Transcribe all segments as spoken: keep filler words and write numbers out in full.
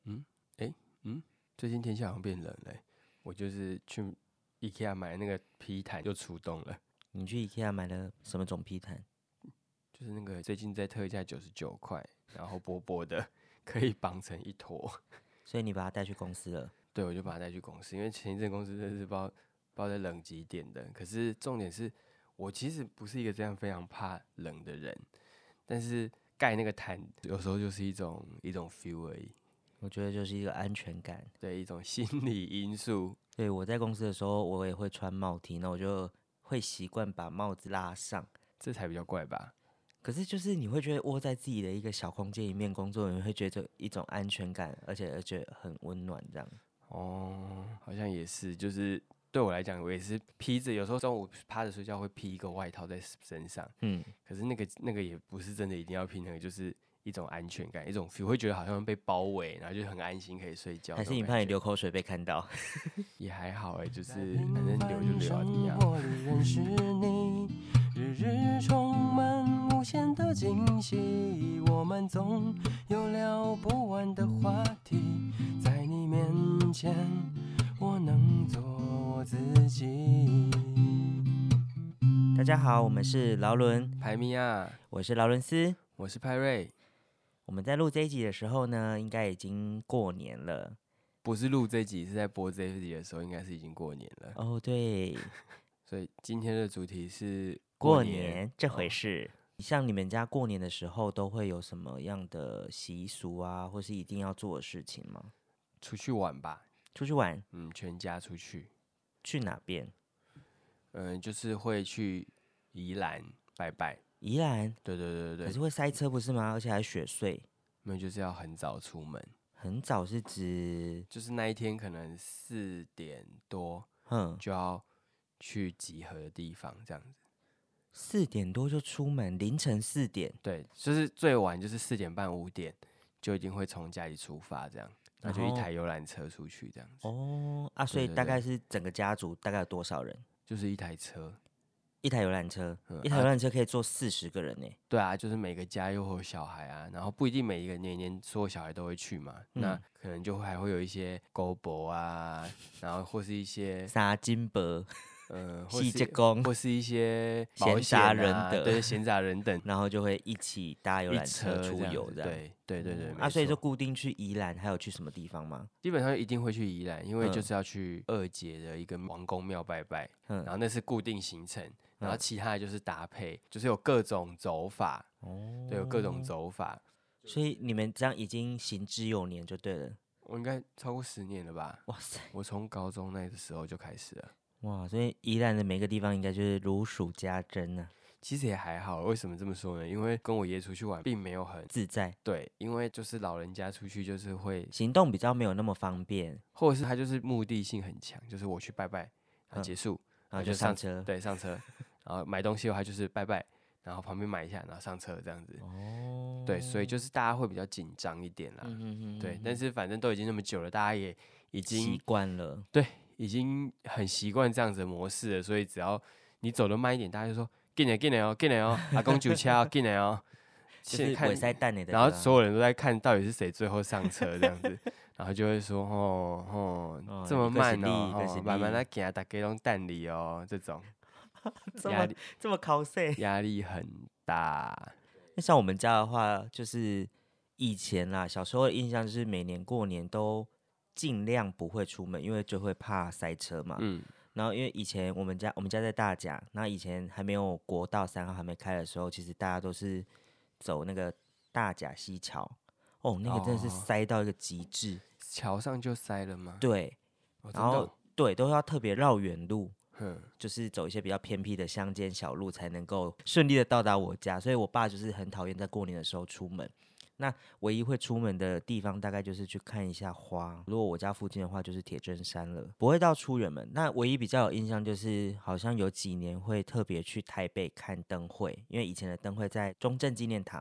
嗯，哎，嗯，最近天气好像变冷了，我就是去 IKEA 买那个披毯就出动了。 你去 IKEA 买了什么种披毯？ 就是那个最近在特价九十九块，然后薄薄的，可以绑成一坨。 所以你把它带去公司了。 对，我就把它带去公司，因为前一阵公司真的是不知道不知道在冷几点的。可是重点是我其实不是一个这样非常怕冷的人，但是盖那个毯有时候就是一种一种 feel 而已。 我觉得就是一个安全感。 对，一种心理因素。 对，我在公司的时候，我也会穿帽 T，那我就会习惯把帽子拉上。 这才比较怪吧？ 可是就是你会觉得窝在自己的一个小空间里面工作，你会觉得一种安全感，而且而且很温暖这样。 哦，好像也是，就是对我来讲，我也是披着，有时候中午趴着睡觉会披一个外套在身上。 嗯， 可是那个那个也不是真的一定要披那个，就是一种安全感，一种 feel，会觉得好像被包围，然后就很安心可以睡觉。 还是你怕你流口水被看到？ 也还好哎、欸，就是反正流就流啊，怎么样？ 认识你，日日充满无限的惊喜，我们总有聊不完的话题，在你面前我能做我自己。 大家好，我们是劳伦， 派米亚， 我是劳伦斯。 我是派瑞。 我们在录这一集的时候呢，应该已经过年了。 不是录这集，是在播这一集的时候，应该是已经过年了。 哦，对， 所以今天的主题是过年年这回事。哦，像你们家过年的时候都会有什么样的习俗啊，或是一定要做的事情吗？ 出去玩吧。 出去玩。 嗯，全家出去。 去哪边？ 嗯，就是会去宜兰拜拜。 宜兰？ 对对对对。 可是会塞车不是吗？而且还雪隧。 没有，就是要很早出门。 很早是指就是那一天可能四点多， 哼， 就要去集合的地方，这样子。 四点多就出门，凌晨四点。 对，就是最晚就是四点半五点就一定会从家里出发，这样，然后就一台游览车出去这样子。 哦啊，所以大概是整个家族大概有多少人？ 就是一台车。 一台游览车， 嗯、 一台游览车可以坐四十个人呢。 对啊，就是每个家又会有小孩啊，然后不一定每一个年年所有小孩都会去嘛，嗯、那可能就还会有一些狗伯啊，然后或是一些沙金伯， 呃， 细节工， 或是一些闲杂人等，对，闲杂人等， 然后就会一起搭游览车出游这样。 对对对对。 啊，所以就固定去宜兰，还有去什么地方吗？ 基本上一定会去宜兰，因为就是要去二姐的一个王公庙拜拜，嗯、然后那是固定行程。然后其他的就是搭配，就是有各种走法，哦，对，有各种走法。 所以你们这样已经行之有年就对了。 我应该超过十年了吧？ 哇塞！ 我从高中那个时候就开始了。 哇，所以宜兰的每个地方应该就是如数家珍啊。 其实也还好，为什么这么说呢？因为跟我爷出去玩并没有很自在。 对，因为就是老人家出去就是会行动比较没有那么方便， 或者是他就是目的性很强，就是我去拜拜，然后结束，嗯、 然后就上车， 对，上车。然后买东西的话就是拜拜，然后旁边买一下，然后上车这样子。哦，对，所以就是大家会比较紧张一点啦。嗯哼哼哼，对，但是反正都已经那么久了，大家也已经习惯了。 对，已经很习惯这样子的模式了，所以只要你走得慢一点，大家就说进来进来哦，进来哦，阿公酒车进来哦。 就是尾塞蛋的， 然后所有人都在看到底是谁最后上车这样子，然后就会说哦哦，哦这么慢哦，哦慢慢来给大家拢蛋里哦，这种。 压力这么考试， 压力很大。 那像我们家的话，就是以前啦，小时候的印象就是每年过年都尽量不会出门，因为就会怕塞车嘛。嗯。然后因为以前我们家我们家在大甲，那以前还没有国道三号还没开的时候，其实大家都是走那个大甲溪桥。哦，那个真的是塞到一个极致。哦、 桥上就塞了吗？ 对。 哦、 然后对，都要特别绕远路。就是走一些比较偏僻的乡间小路才能够顺利的到达我家，所以我爸就是很讨厌在过年的时候出门。那唯一会出门的地方大概就是去看一下花，如果我家附近的话就是铁砧山了，不会到出远门。那唯一比较有印象就是好像有几年会特别去台北看灯会，因为以前的灯会在中正纪念堂，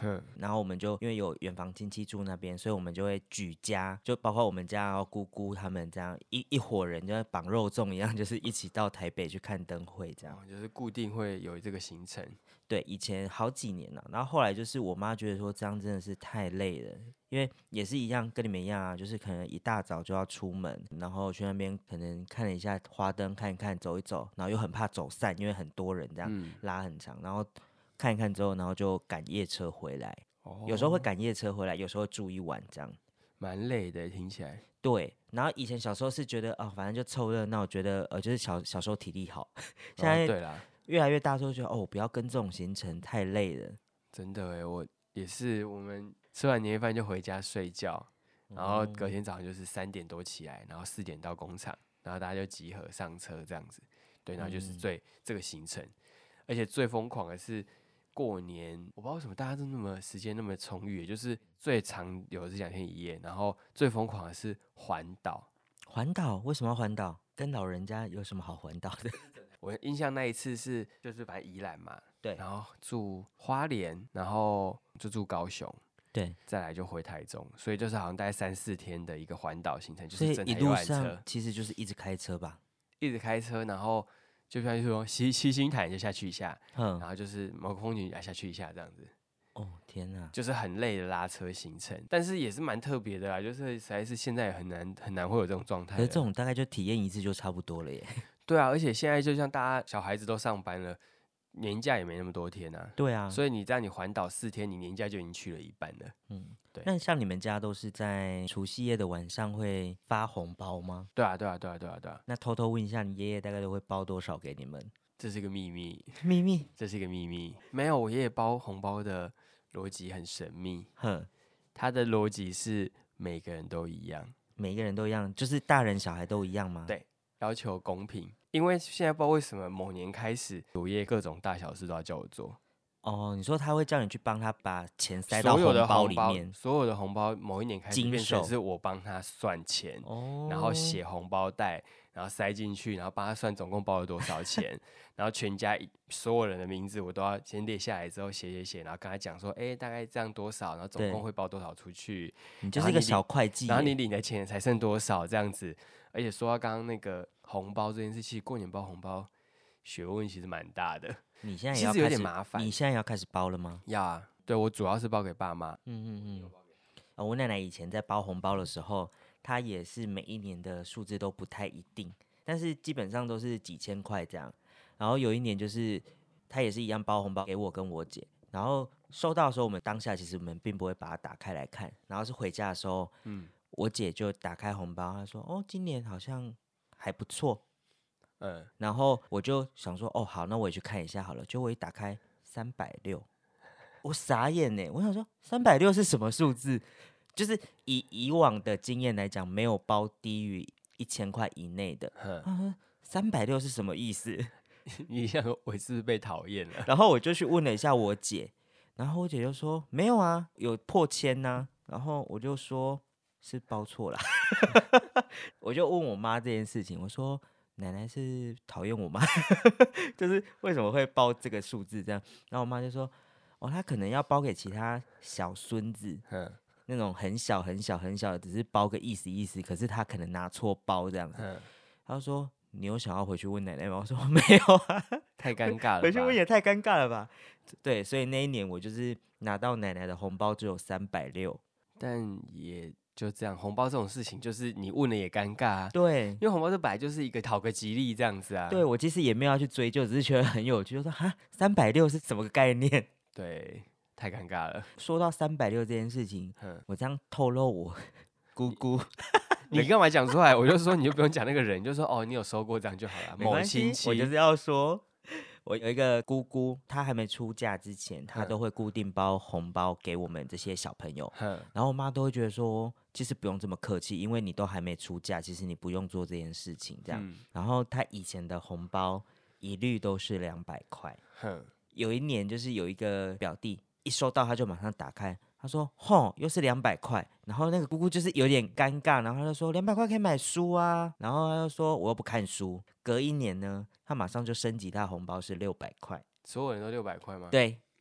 然后我们就因为有远房亲戚住那边，所以我们就会举家，就包括我们家然后姑姑他们这样一一伙人，就像绑肉粽一样，就是一起到台北去看灯会这样、 哦、就是固定会有这个行程。 对，以前好几年了，然后后来就是我妈觉得说这样真的是太累了，因为也是一样跟你们一样啊，就是可能一大早就要出门，然后去那边可能看了一下花灯，看一看走一走，然后又很怕走散，因为很多人这样、嗯、拉很长，然后看一看之后，然后就赶夜车回来、哦、有时候会赶夜车回来，有时候住一晚这样， 蛮累的听起来。 对，然后以前小时候是觉得哦，反正就凑热闹，觉得呃就是小小时候体力好，现在、 哦、对啦， 越来越大之后觉得哦，我不要跟这种行程太累了。 真的哎，我也是，我们吃完年夜饭就回家睡觉，然后隔天早上就是三点多起来，然后四点到工厂，然后大家就集合上车这样子。对，然后就是最、嗯、这个行程，而且最疯狂的是过年，我不知道为什么大家都那么时间那么充裕，就是最长有的是两天一夜，然后最疯狂的是环岛。 环岛为什么要环岛？跟老人家有什么好环岛的？ 我印象那一次是就是反正宜兰嘛， 对， 然后住花莲，然后就住高雄， 对， 再来就回台中，所以就是好像大概三四天的一个环岛行程，就是整台一路上其实就是一直开车吧， 一直开车，然后就比方说七七星潭就下去一下，嗯，然后就是某个风景啊下去一下这样子。 哦天哪， 就是很累的拉车行程，但是也是蛮特别的啦，就是实在是现在很难很难会有这种状态。 可是这种大概就体验一次就差不多了耶。 对啊，而且现在就像大家小孩子都上班了，年假也没那么多天啊。 对啊， 所以你这样你环岛四天，你年假就已经去了一半了。 嗯，对。那像你们家都是在除夕夜的晚上会发红包吗？ 对啊，对啊，对啊，对啊，对啊。 那偷偷问一下，你爷爷大概都会包多少给你们？ 这是一个秘密。 秘密？ 这是一个秘密。没有，我爷爷包红包的逻辑很神秘。哼，他的逻辑是每个人都一样。 每个人都一样，就是大人小孩都一样吗？ 对。要求公平，因为现在不知道为什么某年开始，我爷爷各种大小事都要叫我做。 哦，你说他会叫你去帮他把钱塞到红包里面， 所有的红包某一年开始变成是我帮他算钱，哦、然后写红包袋，然后塞进去，然后帮他算总共包了多少钱，然后全家所有人的名字我都要先列下来之后写写写，然后跟他讲说，哎、欸，大概这样多少，然后总共会包多少出去。 你就是一个小会计， 然后你领的钱才剩多少这样子。而且说到刚刚那个红包这件事，其实过年包红包学问其实蛮大的。 你现在也要其实有点麻烦。 你现在要开始包了吗？ 要啊，对，我主要是包给爸妈。 嗯嗯嗯、哦。我奶奶以前在包红包的时候，她也是每一年的数字都不太一定，但是基本上都是几千块这样。然后有一年就是她也是一样包红包给我跟我姐，然后收到的时候，我们当下其实我们并不会把它打开来看，然后是回家的时候，嗯。我姐就打开红包，她说：“哦，今年好像还不错。”嗯，然后我就想说：“哦，好，那我也去看一下好了。”结果我一打开，三百六，我傻眼呢。我想说，三百六是什么数字？就是以以往的经验来讲，没有包低于一千块以内的。嗯，三百六是什么意思？ 你想说我是不是被讨厌了？ 然后我就去问了一下我姐，然后我姐就说：“没有啊，有破千呐、啊。”然后我就说。是包错了，我就问我妈这件事情，我说奶奶是讨厌我吗？就是为什么会包这个数字这样？然后我妈就说，哦，她可能要包给其他小孙子，那种很小很小很小的，只是包个意思意思，可是她可能拿错包这样子。她说你有想要回去问奶奶吗？我说没有啊， 太尴尬了吧， 回去问也太尴尬了吧？对，所以那一年我就是拿到奶奶的红包只有三百六， 但也。就这样，红包这种事情，就是你问了也尴尬啊。 对， 因为红包这本来就是一个讨个吉利这样子啊。 对，我其实也没有要去追究，只是觉得很有趣，就说哈，三百六是什么概念？ 对，太尴尬了。 说到三百六这件事情，我这样透露我姑姑， 你, 你干嘛讲出来？我就说你就不用讲那个人，你就说哦，你有收过这样就好了。某亲戚， 我就是要说。我有一个姑姑，她还没出嫁之前，她都会固定包红包给我们这些小朋友。然后我妈都会觉得说，其实不用这么客气，因为你都还没出嫁，其实你不用做这件事情这样。嗯、然后她以前的红包一律都是两百块。有一年就是有一个表弟一收到，他就马上打开，他说：“吼，又是两百块。”然后那个姑姑就是有点尴尬，然后他就说：“两百块可以买书啊。”然后他就说：“我又不看书。”隔一年呢，他马上就升级，他的红包是六百块。 所有人都六百块吗？ 对，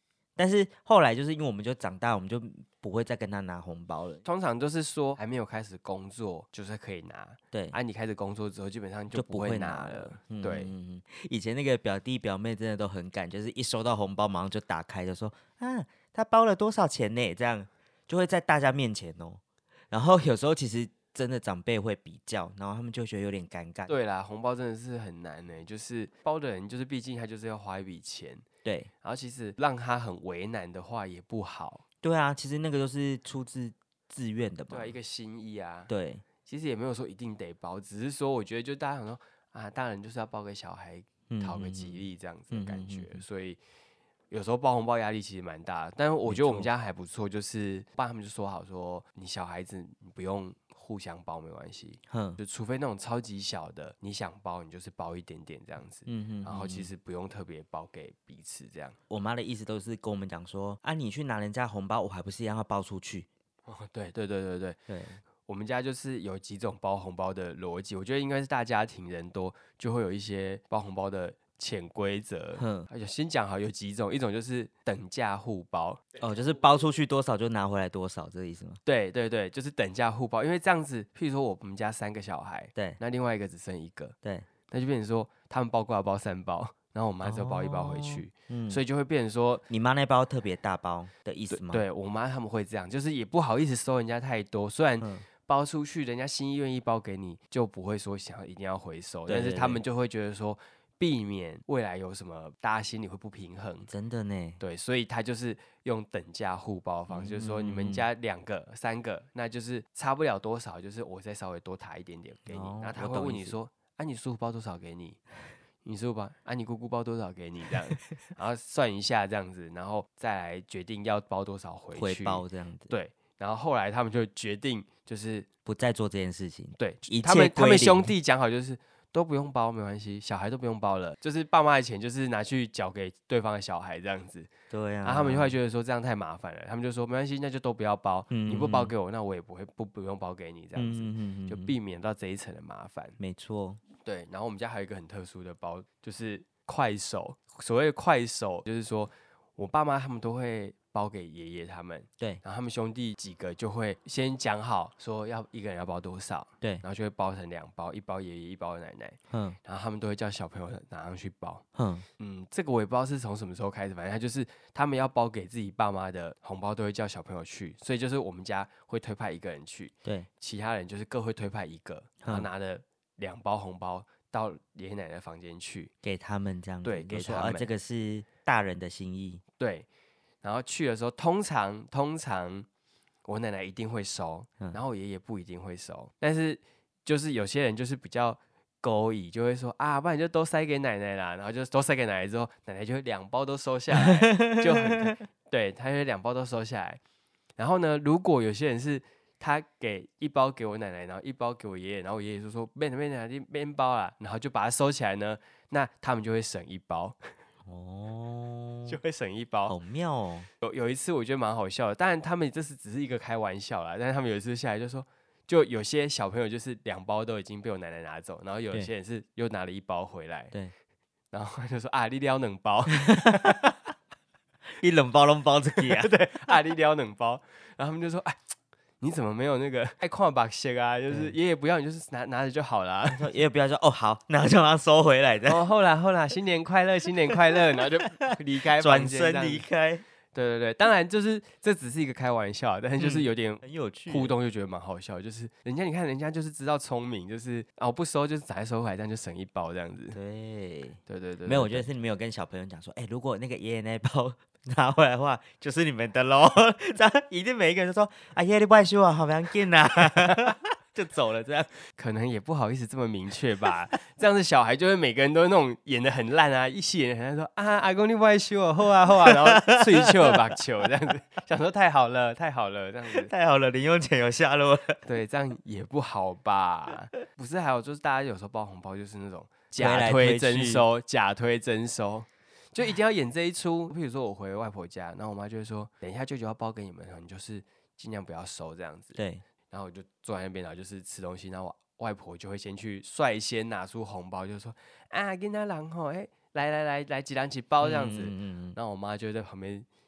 但是后来就是因为我们就长大，我们就不会再跟他拿红包了。 通常都是说还没有开始工作就是可以拿， 对， 啊，你开始工作之后基本上就不会拿了。 了嗯、 对、 嗯，以前那个表弟表妹真的都很赶，就是一收到红包马上就打开，就说啊，他包了多少钱呢？这样就会在大家面前哦。然后有时候其实真的长辈会比较，然后他们就觉得有点尴尬。 对啦，红包真的是很难呢，就是包的人就是毕竟他就是要花一笔钱。 对， 然后其实让他很为难的话也不好。 对啊，其实那个都是出自自愿的嘛。 对啊，一个心意啊。 对， 其实也没有说一定得包，只是说我觉得就大家想说啊，大人就是要包给小孩讨个吉利这样子的感觉，嗯嗯嗯嗯，所以有时候包红包压力其实蛮大的。但是我觉得我们家还不错，就是爸他们就说好说，你小孩子你不用互相包没关系，就除非那种超级小的，你想包你就是包一点点这样子，嗯哼嗯哼，然后其实不用特别包给彼此这样。 我妈的意思都是跟我们讲说，啊，你去拿人家红包，我还不是一样要包出去？ 哦，对对对对对对， 我们家就是有几种包红包的逻辑，我觉得应该是大家庭人多，就会有一些包红包的潜规则。嗯，先讲好有几种，一种就是等价互包。 哦，就是包出去多少就拿回来多少，这个意思吗？ 对对对，就是等价互包，因为这样子，譬如说我们家三个小孩， 对， 那另外一个只剩一个， 对， 那就变成说他们包过来包三包，然后我妈只有包一包回去，哦嗯、所以就会变成说， 你妈那包特别大包的意思吗？ 对，对我妈他们会这样，就是也不好意思收人家太多，虽然包出去，人家心意愿意包给你，就不会说想要一定要回收，对对对，但是他们就会觉得说，避免未来有什么大家心里会不平衡， 真的呢。 对，所以他就是用等价互包的方式，嗯、就是说你们家两个、三个，那就是差不了多少，就是我再稍微多打一点点给你，哦、然后他会问你说，啊，你叔叔包多少给你？你叔叔包啊，你姑姑包多少给你这样，然后算一下这样子，然后再来决定要包多少回去， 回包这样子。 对，然后后来他们就决定就是不再做这件事情。 对，他们他们兄弟讲好就是都不用包没关系，小孩都不用包了，就是爸妈的钱就是拿去缴给对方的小孩这样子。 对啊， 然后他们就会觉得说这样太麻烦了，他们就说没关系，那就都不要包，嗯、你不包给我，那我也不会不不用包给你这样子，嗯、就避免到这一层的麻烦。 没错。 对，然后我们家还有一个很特殊的包，就是快手。所谓的快手，就是说我爸妈他们都会包给爷爷他们， 对， 然后他们兄弟几个就会先讲好，说要一个人要包多少， 对， 然后就会包成两包，一包爷爷，一包奶奶，嗯，然后他们都会叫小朋友拿上去包，嗯嗯，这个我也不知道是从什么时候开始，反正他就是他们要包给自己爸妈的红包都会叫小朋友去，所以就是我们家会推派一个人去， 对， 其他人就是各会推派一个，然后拿着两包红包到爷爷奶奶的房间去， 给他们这样子， 对，给他们， 啊，这个是大人的心意， 对。然后去的时候，通常通常我奶奶一定会收，嗯、然后我爷爷不一定会收。但是就是有些人就是比较勾引，就会说啊，不然就都塞给奶奶啦。然后就都塞给奶奶之后，奶奶就会两包都收下来，就很对，他就两包都收下来。然后呢，如果有些人是他给一包给我奶奶，然后一包给我爷爷，然后我爷爷就说没没奶奶面包啦，然后就把它收起来呢，那他们就会省一包。哦，就会省一包， 好妙哦！ 有有一次我觉得蛮好笑的，当然他们这是只是一个开玩笑啦，但是他们有一次下来就说，就有些小朋友就是两包都已经被我奶奶拿走，然后有些人是又拿了一包回来， 对， 然后就说啊，你撩两包， 一冷包拢包这个啊， 对，啊，你撩两包，然后他们就说，哎。你怎么没有那个爱看把戏啊？就是爷爷不要，你就是拿拿着就好了。 爷爷不要说哦好，然后就把它收回来的。 哦，后来后来，新年快乐，新年快乐，然后就离开房间， 转身离开。 对对对，当然就是这只是一个开玩笑，但是就是有点很有趣互动，就觉得蛮好笑。就是人家你看人家就是知道聪明，就是哦不收就是再收回来，这样就省一包这样子。 对对对对， 没有，我觉得是你没有跟小朋友讲说，哎，如果那个爷爷那包拿回来的话，就是你们的喽。这样一定每一个人都说，啊爷爷你不爱收啊，好不要紧呐。就走了，这样可能也不好意思这么明确吧。这样子小孩就会每个人都那种演得很烂啊，一戏演得很烂说啊阿公你不爱修啊，好啊好啊，然后吹球把球这样子，想说太好了太好了这样子， 太好了，零用钱有下落了。 对，这样也不好吧？不是，还有就是大家有时候包红包就是那种假推真收，假推真收。就一定要演这一出。譬如说我回外婆家，然后我妈就会说，等一下舅舅要包给你们，你就是尽量不要收这样子。 对。 然后我就坐在那边，然后就是吃东西，然后外婆就会先去率先拿出红包，就说啊，跟他人吼，哎，来来来来几两几包这样子。嗯嗯嗯，然后我妈就在旁边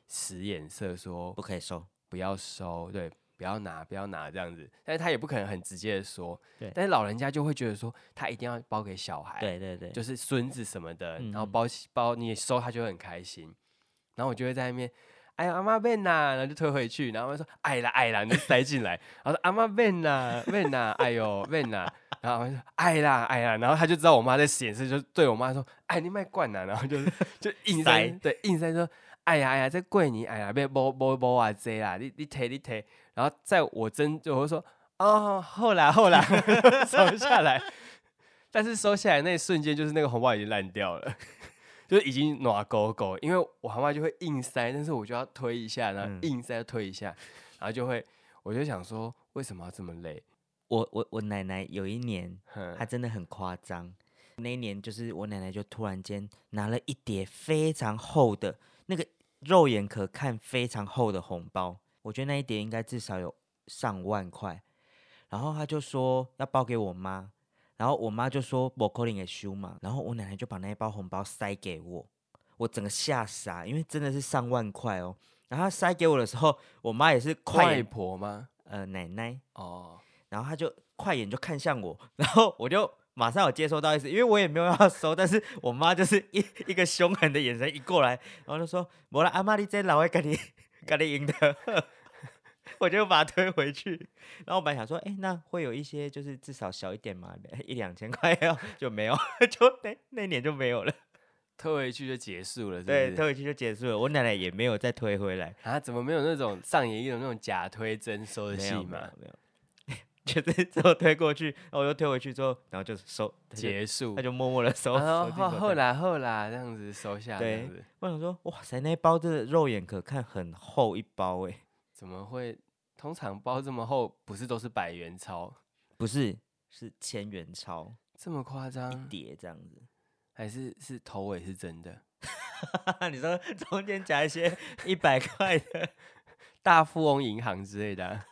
使眼色说不可以收， 不要收，对，不要拿，不要拿这样子。但是他也不可能很直接的说， 对。 但是老人家就会觉得说，他一定要包给小孩， 对对对， 就是孙子什么的， 嗯、 然后包包你收，他就会很开心。然后我就会在那边，哎呀阿妈变呐，然后就推回去，然后他说哎啦哎啦，你就塞进来，然后说阿妈变呐变呐，哎呦变呐，然后我就说哎啦哎啦，然后他就知道我妈在显示，就对我妈说，哎你卖惯呐，然后就就硬塞，对硬塞说，哎呀哎呀这贵你，哎呀别摸摸摸啊这啦，你你提你提，然后在我真就会说哦后来后来收下来，但是收下来那一瞬间就是那个红包已经烂掉了。就是已经暖狗狗，因为我阿妈就会硬塞，但是我就要推一下，然后硬塞推一下，嗯、然后就会，我就想说，为什么要这么累？ 我我我奶奶有一年，她真的很夸张。那一年就是我奶奶就突然间拿了一叠非常厚的那个肉眼可看非常厚的红包，我觉得那一叠应该至少有上万块，然后她就说要包给我妈。然后我妈就说不可能会收嘛，然后我奶奶就把那一包红包塞给我，我整个吓傻，因为真的是上万块哦。然后她塞给我的时候，我妈也是快眼婆吗？ 呃，奶奶哦。 然后她就快眼就看向我，然后我就马上有接收到意思，因为我也没有要收，但是我妈就是一一个凶狠的眼神一过来，然后就说：“没啦，阿妈你这老会跟你跟你赢的。”我就把它推回去，然后我本来想说，哎、欸，那会有一些就是至少小一点嘛，一两千块要就没有，就那那年就没有了， 推回去就结束了是不是？ 对，推回去就结束了。我奶奶也没有再推回来啊？怎么没有那种上演一种那种假推真收的戏嘛？ 没有，没有，就是之后推过去，然后我又推回去之后，然后就收结束， 他就默默的收。 然后后后来后来这样子收下， 对，我想说，哇塞，那包真的肉眼可看很厚一包哎， 怎么会？通常包这么厚，不是都是百元钞？ 不是，是千元钞， 这么夸张？ 一叠这样子， 还是是头尾是真的？ 你说中间夹一些一百块的大富翁银行之类的、啊？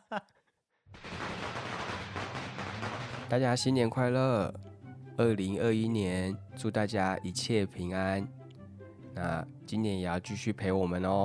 大家新年快乐！二零二一年，祝大家一切平安。那今年也要继续陪我们哦。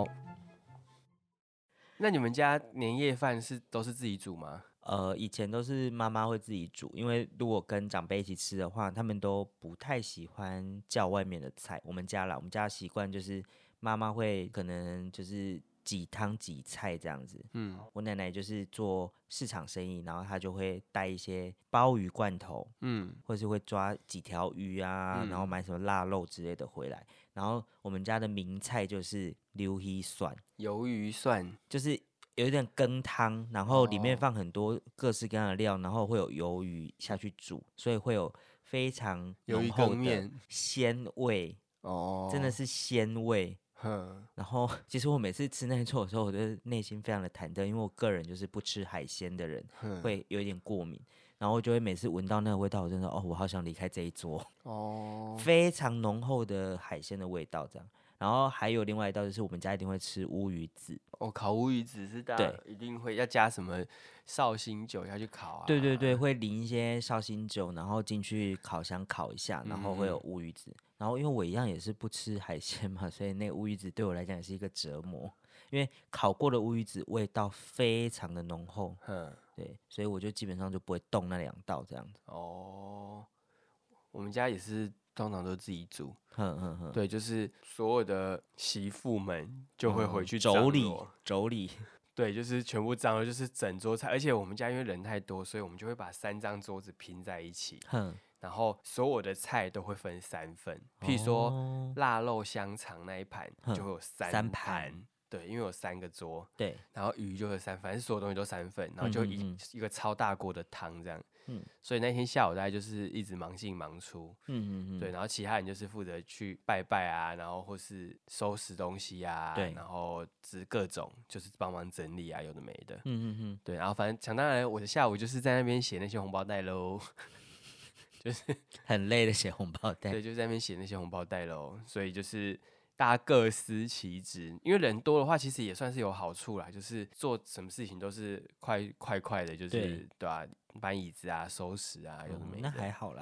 那你们家年夜饭是都是自己煮吗？ 呃，以前都是妈妈会自己煮，因为如果跟长辈一起吃的话，他们都不太喜欢叫外面的菜。我们家啦，我们家的习惯就是妈妈会可能就是几汤几菜这样子。嗯，我奶奶就是做市场生意，然后她就会带一些鲍鱼罐头，嗯，或是会抓几条鱼啊，嗯、然后买什么腊肉之类的回来。然后我们家的名菜就是鱿鱼蒜， 鱿鱼蒜就是有一点羹汤，然后里面放很多各式各样的料，然后会有鱿鱼下去煮，所以会有非常浓厚的鲜味哦，真的是鲜味。然后其实我每次吃那一桌的时候，我的内心非常的忐忑，因为我个人就是不吃海鲜的人，会有一点过敏。然后我就会每次闻到那个味道，我真的哦，我好想离开这一桌哦，非常浓厚的海鲜的味道这样。然后还有另外一道就是我们家一定会吃乌鱼子哦，烤乌鱼子是大家一定会要加什么绍兴酒要去烤啊？ 对对对，会淋一些绍兴酒，然后进去烤箱烤一下，然后会有乌鱼子。嗯、然后因为我一样也是不吃海鲜嘛，所以那个乌鱼子对我来讲也是一个折磨，因为烤过的乌鱼子味道非常的浓厚。嗯。对，所以我就基本上就不会动那两道这样子。 哦，我们家也是通常都自己煮。哼哼哼。对，就是所有的媳妇们就会回去妯娌，妯娌。 对，就是全部张罗，就是整桌菜。而且我们家因为人太多，所以我们就会把三张桌子拼在一起。哼。然后所有的菜都会分三份，譬如说腊肉香肠那一盘就会有三盘。对，因为有三个桌，对，然后鱼就有三份，反正所有东西都三份，然后就一、嗯、一个超大锅的汤这样，嗯，所以那天下午大概就是一直忙进忙出，嗯嗯嗯，对，然后其他人就是负责去拜拜啊，然后或是收拾东西啊，对，然后只各种就是帮忙整理啊，有的没的，嗯嗯嗯，对，然后反正想当然，我的下午就是在那边写那些红包袋喽，就是很累的写红包袋， 对，就在那边写那些红包袋喽，所以就是。大家各司其职，因为人多的话，其实也算是有好处啦。就是做什么事情都是快快快的，就是 对, 对啊，搬椅子啊、收拾啊，有的没的、 嗯。那还好啦。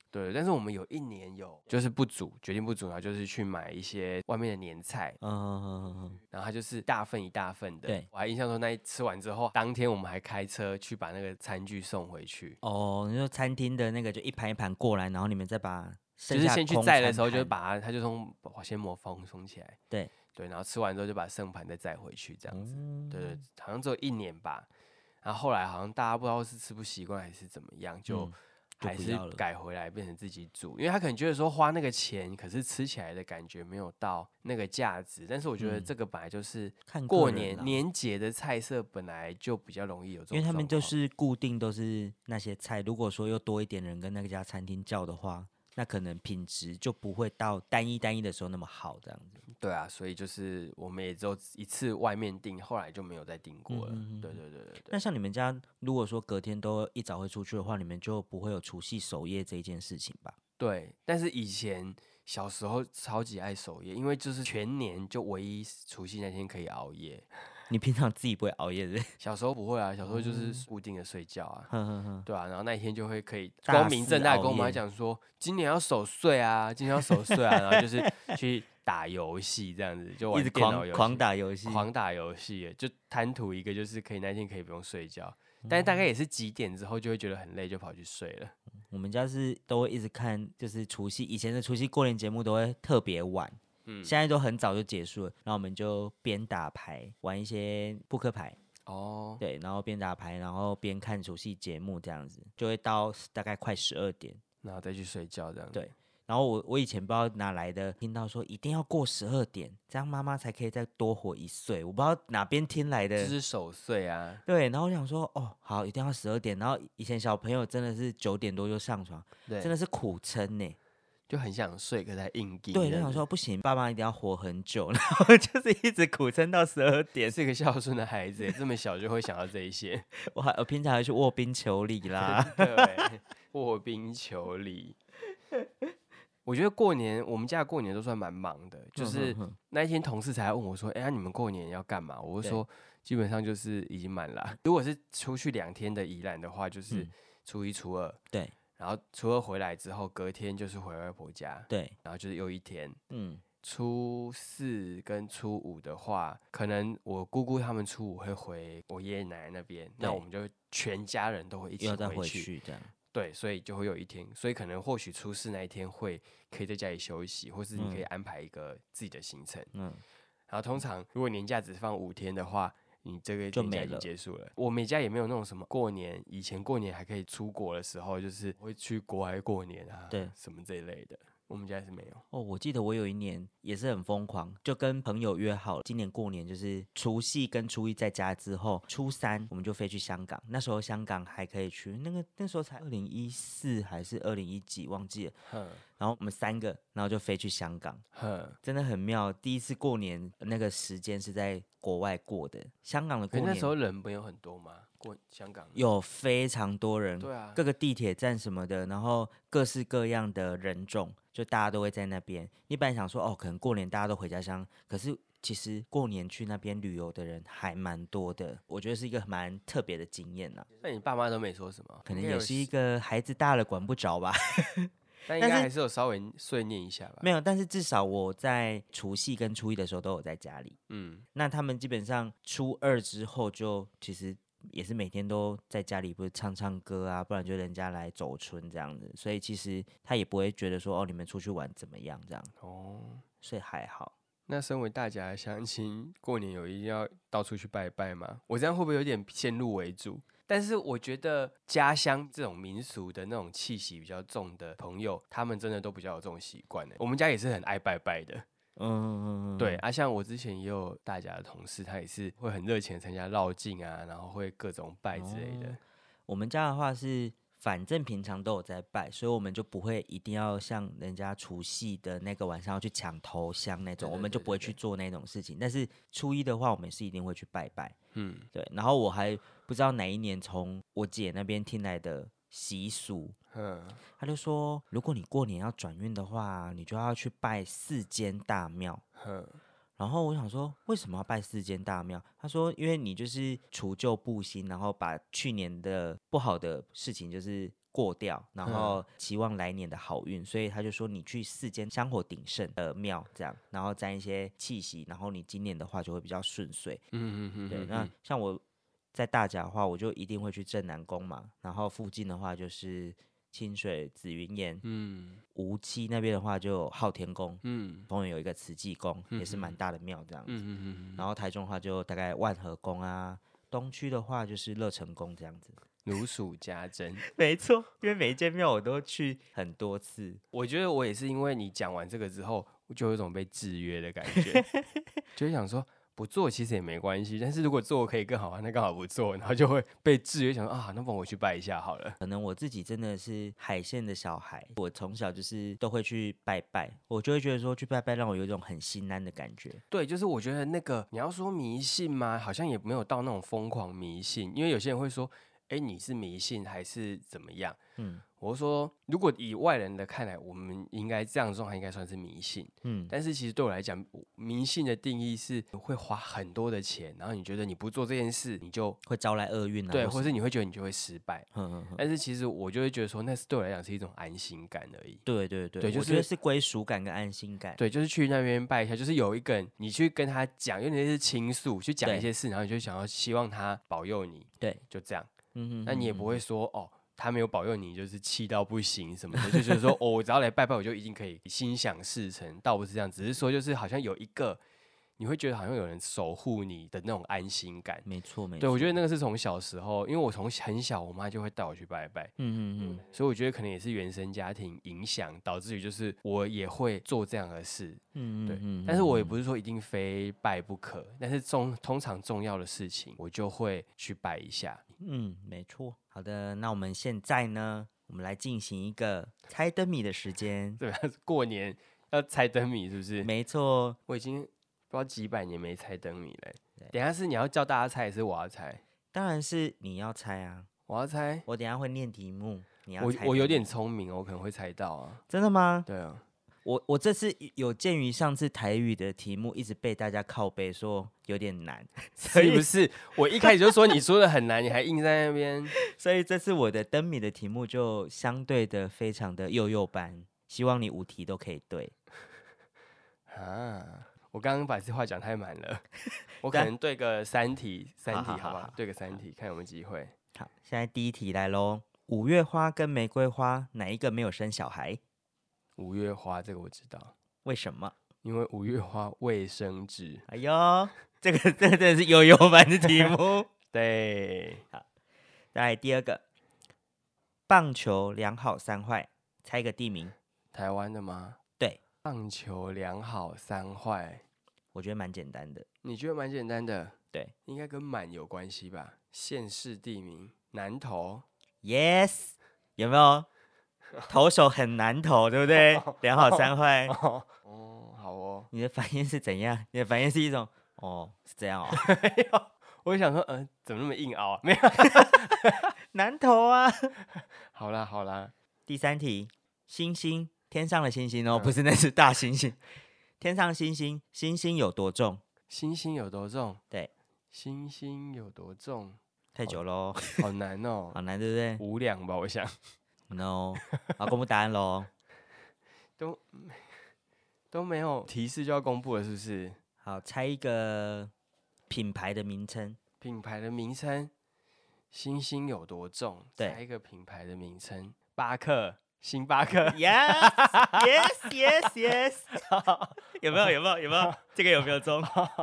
对，但是我们有一年有就是不煮，决定不煮，然后就是去买一些外面的年菜，嗯嗯嗯嗯，然后它就是大份一大份的。对，我还印象中那一吃完之后，当天我们还开车去把那个餐具送回去。 哦，你说餐厅的那个就一盘一盘过来，然后你们再把就是先去载的时候，就把它，它就从保鲜膜封封起来。 对对，然后吃完之后就把剩盘再载回去，这样子。嗯、对对，好像只有一年吧。然后后来好像大家不知道是吃不习惯还是怎么样，就。嗯还是改回来变成自己煮，因为他可能觉得说花那个钱，可是吃起来的感觉没有到那个价值。但是我觉得这个本来就是过年、嗯、年节的菜色本来就比较容易有这种状况， 因为他们就是固定都是那些菜，如果说又多一点人跟那家餐厅叫的话，那可能品质就不会到单一单一的时候那么好这样子。 对啊，所以就是我们也只有一次外面订，后来就没有再订过了。嗯、对对对对对。 那像你们家如果说隔天都一早会出去的话，你们就不会有除夕守夜这一件事情吧？ 对，但是以前小时候超级爱守夜，因为就是全年就唯一除夕那天可以熬夜。 你平常自己不会熬夜的？ 小时候不会啊，小时候就是固定的睡觉啊，哦、对啊，然后那一天就会可以光明正大跟我妈讲说，今年要守岁啊，今年要守岁啊，然后就是去打游戏这样子，就玩电脑游戏， 狂打游戏， 狂打游戏，就贪图一个就是可以那天可以不用睡觉，但是大概也是几点之后就会觉得很累，就跑去睡了。 我们家是都会一直看，就是除夕以前的除夕过年节目都会特别晚。嗯、现在都很早就结束了，然后我们就边打牌玩一些扑克牌哦，对，然后边打牌，然后边看除夕节目，这样子就会到大概快十二点， 然后再去睡觉这样子。 对，然后我我以前不知道哪来的，听到说一定要过十二点，这样妈妈才可以再多活一岁，我不知道哪边听来的， 就是守岁啊。 对，然后我想说，哦，好，一定要十二点，然后以前小朋友真的是九点多就上床，真的是苦撑呢。 就很想睡，可是还硬硬。 对，就想说不行，爸妈一定要活很久，然后就是一直苦撑到十二点。 是一个孝顺的孩子，这么小就会想到这一些。 我还我平常还去卧冰求鲤啦， 对，卧冰求鲤。我觉得过年，我们家过年都算蛮忙的，就是那一天同事才问我说：“哎、欸，你们过年要干嘛？”我就说，基本上就是已经满了。如果是出去两天的宜兰的话，就是初一、初二。 对。 然后初二回来之后，隔天就是回外婆家， 对， 然后就是又一天。嗯，初四跟初五的话，可能我姑姑他们初五会回我爷爷奶奶那边，那我们就全家人都会一起回去， 回去这样。 对，所以就会有一天，所以可能或许初四那一天会可以在家里休息，或是你可以安排一个自己的行程。嗯，然后通常如果年假只放五天的话，你这个年假已经结束了。我们家也没有那种什么过年，以前过年还可以出国的时候，就是会去国外过年啊，对，什么这一类的。我们家是没有。 哦，我记得我有一年也是很疯狂，就跟朋友约好了，今年过年就是除夕跟初一在家之后，初三我们就飞去香港。那时候香港还可以去，那个那时候才二零一四还是二零一几忘记了。然后我们三个，然后就飞去香港，真的很妙。第一次过年那个时间是在国外过的，香港的过年。 那时候人没有很多吗？过香港有非常多人， 对啊， 各个地铁站什么的，然后各式各样的人种，就大家都会在那边。你本来想说，哦，可能过年大家都回家乡，可是其实过年去那边旅游的人还蛮多的，我觉得是一个蛮特别的经验呐。 那你爸妈都没说什么？ 可能也是一个孩子大了管不着吧。 但应该还是有稍微碎念一下吧。 没有，但是至少我在除夕跟初一的时候都有在家里。嗯，那他们基本上初二之后就其实也是每天都在家里，不是唱唱歌啊，不然就人家来走春这样子。所以其实他也不会觉得说哦，你们出去玩怎么样这样。哦，所以还好。 那身为大家的乡亲，过年有一定要到处去拜拜吗？我这样会不会有点先入为主？但是我觉得家乡这种民俗的那种气息比较重的朋友，他们真的都比较有这种习惯的。我们家也是很爱拜拜的，嗯嗯嗯，对啊，像我之前也有大家的同事，他也是会很热情的参加绕境啊，然后会各种拜之类的。哦、 我们家的话是，反正平常都有在拜，所以我们就不会一定要像人家除夕的那个晚上要去抢头香那种，对对对对对，我们就不会去做那种事情。但是初一的话，我们是一定会去拜拜。嗯，对。然后我还不知道哪一年从我姐那边听来的习俗，嗯，他就说，如果你过年要转运的话，你就要去拜四间大庙。嗯， 然后我想说，为什么要拜四间大庙？他说，因为你就是除旧布新，然后把去年的不好的事情就是过掉，然后期望来年的好运，所以他就说你去四间香火鼎盛的庙，这样，然后沾一些气息，然后你今年的话就会比较顺遂。 嗯嗯嗯， 对，那像我在大甲的话，我就一定会去镇南宫嘛，然后附近的话就是清水紫云岩，嗯，无期那边的话就有昊天宫，嗯，丰原有一个慈济宫，也是蛮大的庙这样子，嗯嗯嗯，然后台中的话就大概万和宫啊，东区的话就是乐成宫这样子。 如数家珍， 没错，因为每一间庙我都去很多次。 我觉得我也是因为你讲完这个之后，我就有一种被制约的感觉，就会想说不做其实也没关系，但是如果做可以更好，那刚好不做，然后就会被制约，想说啊，那帮我去拜一下好了。 可能我自己真的是海线的小孩，我从小就是都会去拜拜，我就会觉得说去拜拜让我有一种很心安的感觉。 对，就是我觉得那个你要说迷信吗？好像也没有到那种疯狂迷信，因为有些人会说。哎，你是迷信还是怎么样？嗯，我说，如果以外人的看来，我们应该这样状态应该算是迷信。嗯，但是其实对我来讲，迷信的定义是会花很多的钱，然后你觉得你不做这件事，你就会招来厄运啊， 对，或是你会觉得你就会失败。嗯嗯。但是其实我就会觉得说，那是对我来讲是一种安心感而已。 对对对，对，就是、我觉得是归属感跟安心感。 对，就是去那边拜一下，就是有一个人，你去跟他讲，因为你是倾诉，去讲一些事，然后你就想要希望他保佑你。 对， 就这样。嗯，那你也不会说哦，他没有保佑你，就是气到不行什么的，就觉得说哦，我只要来拜拜，我就一定可以心想事成。倒不是这样，只是说就是好像有一个，你会觉得好像有人守护你的那种安心感。 没错，没错。 对，我觉得那个是从小时候，因为我从很小，我妈就会带我去拜拜。嗯嗯嗯。所以我觉得可能也是原生家庭影响，导致于就是我也会做这样的事。嗯嗯，对。嗯，但是我也不是说一定非拜不可，但是中通常重要的事情，我就会去拜一下。 嗯，没错。好的，那我们现在呢，我们来进行一个猜灯谜的时间。 对，过年要猜灯谜是不是？ 没错， 我已经不知道几百年没猜灯谜了。等一下是你要叫大家猜，还是我要猜？ 当然是你要猜啊！ 我要猜。 我等一下会念题目，你要猜。 我我有点聪明哦，我可能会猜到啊。 真的吗？ 对啊。 我我这次有鉴于上次台语的题目一直被大家靠背说有点难， 是不是？我一开始就说你说的很难，你还硬在那边， 所以这次我的灯谜的题目就相对的非常的幼幼班，希望你五题都可以对。 啊，我刚刚把这话讲太满了，我可能对个三题，三题好不好？对个三题，看有没有机会。 好，现在第一题来咯，五月花跟玫瑰花哪一个没有生小孩？ 五月花这个我知道， 为什么？ 因为五月花未生殖。 哎呦，这个这个真的是悠悠版的题目。 对， 好，再来第二个，棒球两好三坏，猜个地名。 台湾的吗？ 对， 棒球两好三坏， 我觉得蛮简单的。 你觉得蛮简单的？ 对， 应该跟满有关系吧？县市地名，南投。 Yes， 有没有？投手很难投，对不对？两好三坏。 哦，好哦。 你的反应是怎样？你的反应是一种哦，是这样哦。 没有，我想说，嗯、呃，怎么那么硬凹啊？没有， 难投啊。 好啦好啦， 第三题，星星，天上的星星哦，嗯、不是那是大猩猩。天上星星，星星有多重？ 星星有多重？ 对， 星星有多重？ 太久喽， 好难哦， 好难，对不对？ 无两吧，我想。 No， 好，公布答案喽。 都都没有提示就要公布了，是不是？ 好，猜一个品牌的名称。 品牌的名称，星星有多重？猜一个品牌的名称，巴克，星巴克。 Yes yes yes yes 有没有有没有有没有？这个有没有中？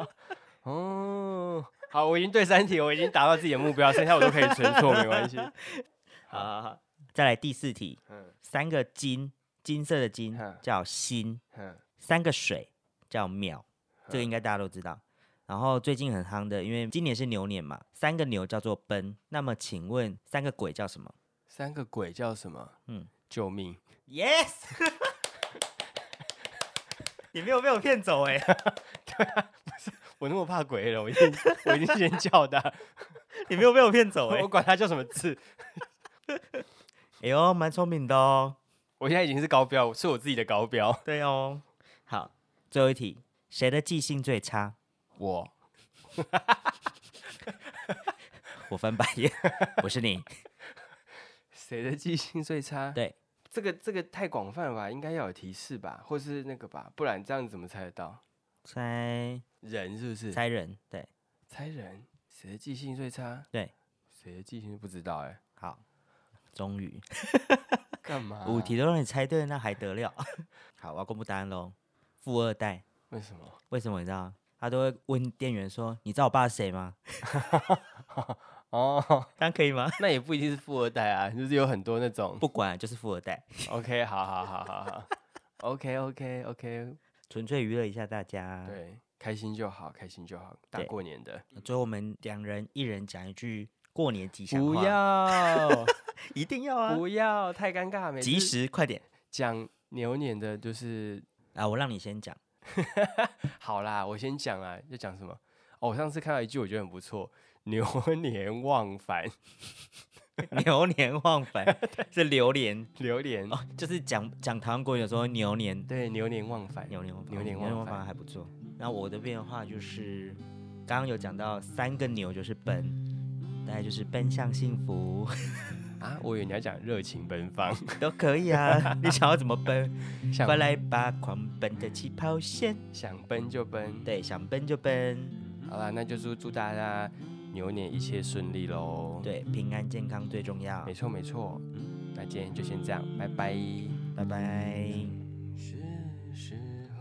哦，好，我已经对三题，我已经达到自己的目标，剩下我都可以存错，没关系。 好好好。再来第四题，三个金，金色的金叫星，三个水叫淼，这个应该大家都知道。然后最近很夯的，因为今年是牛年嘛，三个牛叫做奔。那么请问三个鬼叫什么？ 三个鬼叫什么？嗯，救命 ！Yes， 你没有被我骗走哎、欸。 对啊，不是我那么怕鬼了，我已经我已经先叫他， 你没有被我骗走哎、欸， 我管他叫什么字。 哎呦，蛮聪明的哦！ 我现在已经是高标，是我自己的高标。 对哦。好，最后一题， 谁的记性最差？ 我， 我翻白眼，我是你。 谁的记性最差？ 对， 这个这个太广泛了吧？应该要有提示吧，或是那个吧，不然这样怎么猜得到？ 猜人是不是？ 猜人，对， 猜人，谁的记性最差？ 对， 谁的记性不知道哎、欸。 好，终于干嘛、啊？ 五题都让你猜对，那还得了？好，我要公布答案喽。富二代。 为什么？ 为什么你知道？他都会问店员说：“你知道我爸是谁吗？” 哦， 这样可以吗？ 那也不一定是富二代啊，就是有很多那种不管，就是富二代。 OK， 好好好好好，OK OK OK， 纯粹娱乐一下大家。 对，开心就好，开心就好，大过年的。 最后我们两人一人讲一句过年吉祥话。 不要， 一定要啊！ 不要，太尴尬。每次及时，快点讲牛年的，就是啊！我让你先讲。 好啦，我先讲啦，要讲什么？哦，我上次看到一句，我觉得很不错，牛年忘返。 牛年忘返是榴莲， 榴莲哦，就是讲讲台湾国语的时候，牛年对，牛年忘返， 牛年忘返， 牛年忘返还不错。那我这边的话就是，刚刚有讲到三个牛就是奔，大概就是奔向幸福啊。我以为你要讲热情奔放， 都可以啊。你想要怎么奔？ 想快来吧，狂奔的起跑线， 想奔就奔。 对，想奔就奔。 好啦，那就祝祝大家牛年一切顺利喽。 对，平安健康最重要。 没错没错，那今天就先这样，拜拜， 拜拜。 是时